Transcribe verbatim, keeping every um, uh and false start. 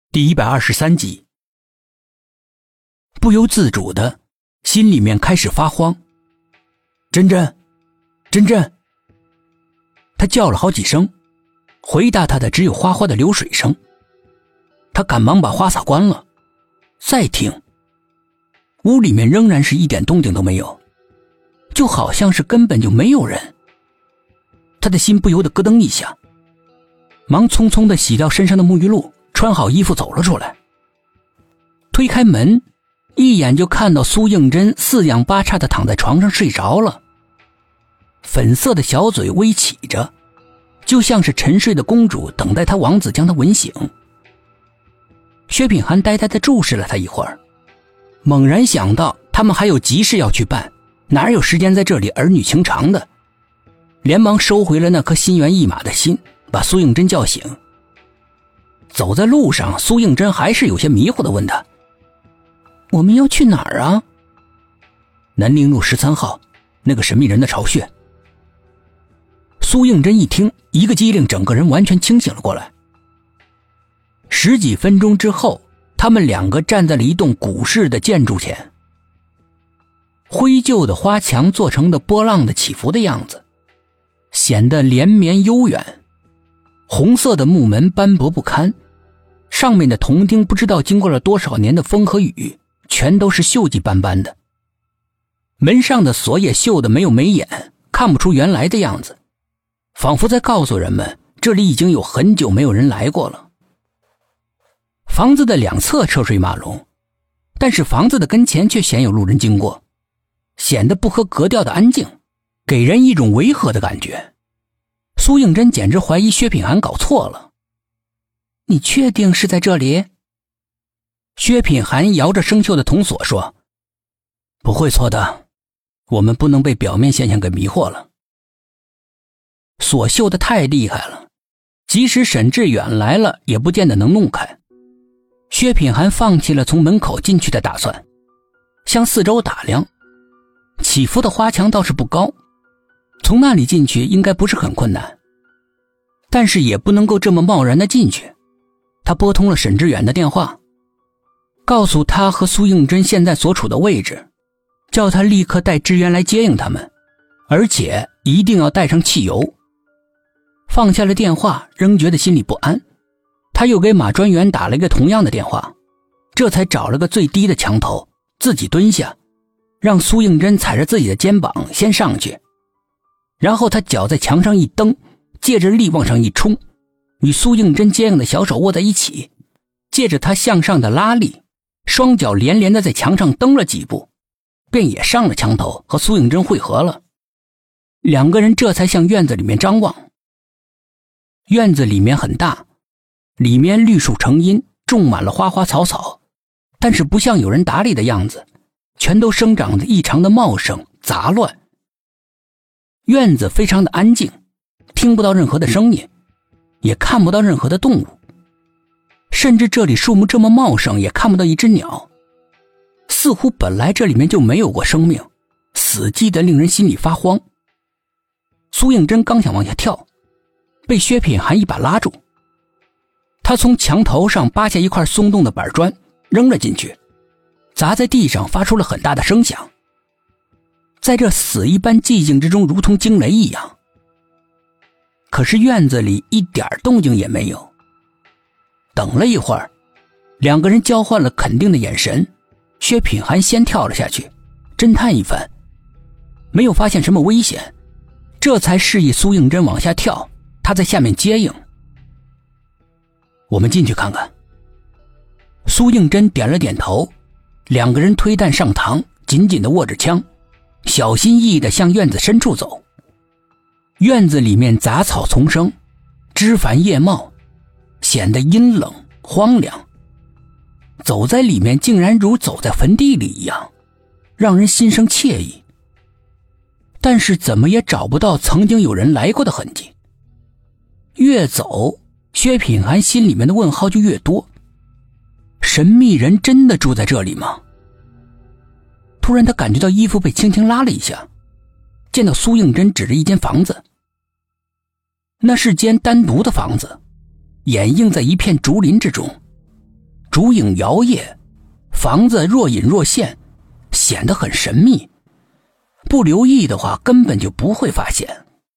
第一百二十三集。不由自主的心里面开始发慌。珍珍，珍珍。他叫了好几声，回答他的只有哗哗的流水声。他赶忙把花洒关了，再听，屋里面仍然是一点动静都没有，就好像是根本就没有人。他的心不由得咯噔一下，忙匆匆地洗掉身上的沐浴露，穿好衣服走了出来。推开门，一眼就看到苏应真四仰八叉地躺在床上睡着了，粉色的小嘴微起着，就像是沉睡的公主等待她王子将她吻醒。薛品涵呆呆地注视了他一会儿，猛然想到他们还有急事要去办，哪有时间在这里儿女情长的，连忙收回了那颗心猿意马的心，把苏应真叫醒。走在路上，苏应真还是有些迷糊地问他：我们要去哪儿啊？南陵路十三号，那个神秘人的巢穴。苏应真一听，一个机灵，整个人完全清醒了过来。十几分钟之后，他们两个站在了一栋古式的建筑前。灰旧的花墙做成的波浪的起伏的样子，显得连绵悠远。红色的木门斑驳不堪，上面的铜钉不知道经过了多少年的风和雨，全都是锈迹斑斑的。门上的锁也锈得没有眉眼，看不出原来的样子，仿佛在告诉人们这里已经有很久没有人来过了。房子的两侧车水马龙，但是房子的跟前却鲜有路人经过，显得不合格调的安静，给人一种违和的感觉。苏应真简直怀疑薛品涵搞错了。你确定是在这里？薛品涵摇着生锈的铜锁说：不会错的，我们不能被表面现象给迷惑了。锁锈得太厉害了，即使沈志远来了也不见得能弄开。薛品涵放弃了从门口进去的打算，向四周打量，起伏的花墙倒是不高，从那里进去应该不是很困难，但是也不能够这么贸然的进去。他拨通了沈志远的电话，告诉他和苏应真现在所处的位置，叫他立刻带支援来接应他们，而且一定要带上汽油。放下了电话，仍觉得心里不安，他又给马专员打了一个同样的电话，这才找了个最低的墙头，自己蹲下，让苏应真踩着自己的肩膀先上去，然后他脚在墙上一蹬，借着力往上一冲，与苏应真坚硬的小手握在一起，借着他向上的拉力，双脚连连的在墙上蹬了几步，便也上了墙头和苏应真会合了。两个人这才向院子里面张望。院子里面很大，里面绿树成荫，种满了花花草草，但是不像有人打理的样子，全都生长得异常的茂盛杂乱。院子非常的安静，听不到任何的声音，也看不到任何的动物，甚至这里树木这么茂盛也看不到一只鸟，似乎本来这里面就没有过生命，死寂的令人心里发慌。苏应真刚想往下跳，被薛品涵一把拉住，他从墙头上扒下一块松动的板砖扔了进去，砸在地上发出了很大的声响，在这死一般寂静之中如同惊雷一样。可是院子里一点动静也没有。等了一会儿，两个人交换了肯定的眼神，薛品涵先跳了下去，侦探一番，没有发现什么危险，这才示意苏应真往下跳，他在下面接应。我们进去看看。苏应真点了点头，两个人推弹上膛，紧紧地握着枪，小心翼翼地向院子深处走。院子里面杂草丛生，枝繁叶茂，显得阴冷荒凉，走在里面竟然如走在坟地里一样，让人心生惬意。但是怎么也找不到曾经有人来过的痕迹。越走，薛品涵心里面的问号就越多，神秘人真的住在这里吗？突然他感觉到衣服被轻轻拉了一下，见到苏应真指着一间房子，那是间单独的房子，掩映在一片竹林之中， 烛影摇曳，房子若隐若现，显得很神秘。不留意的话根本就不会发现。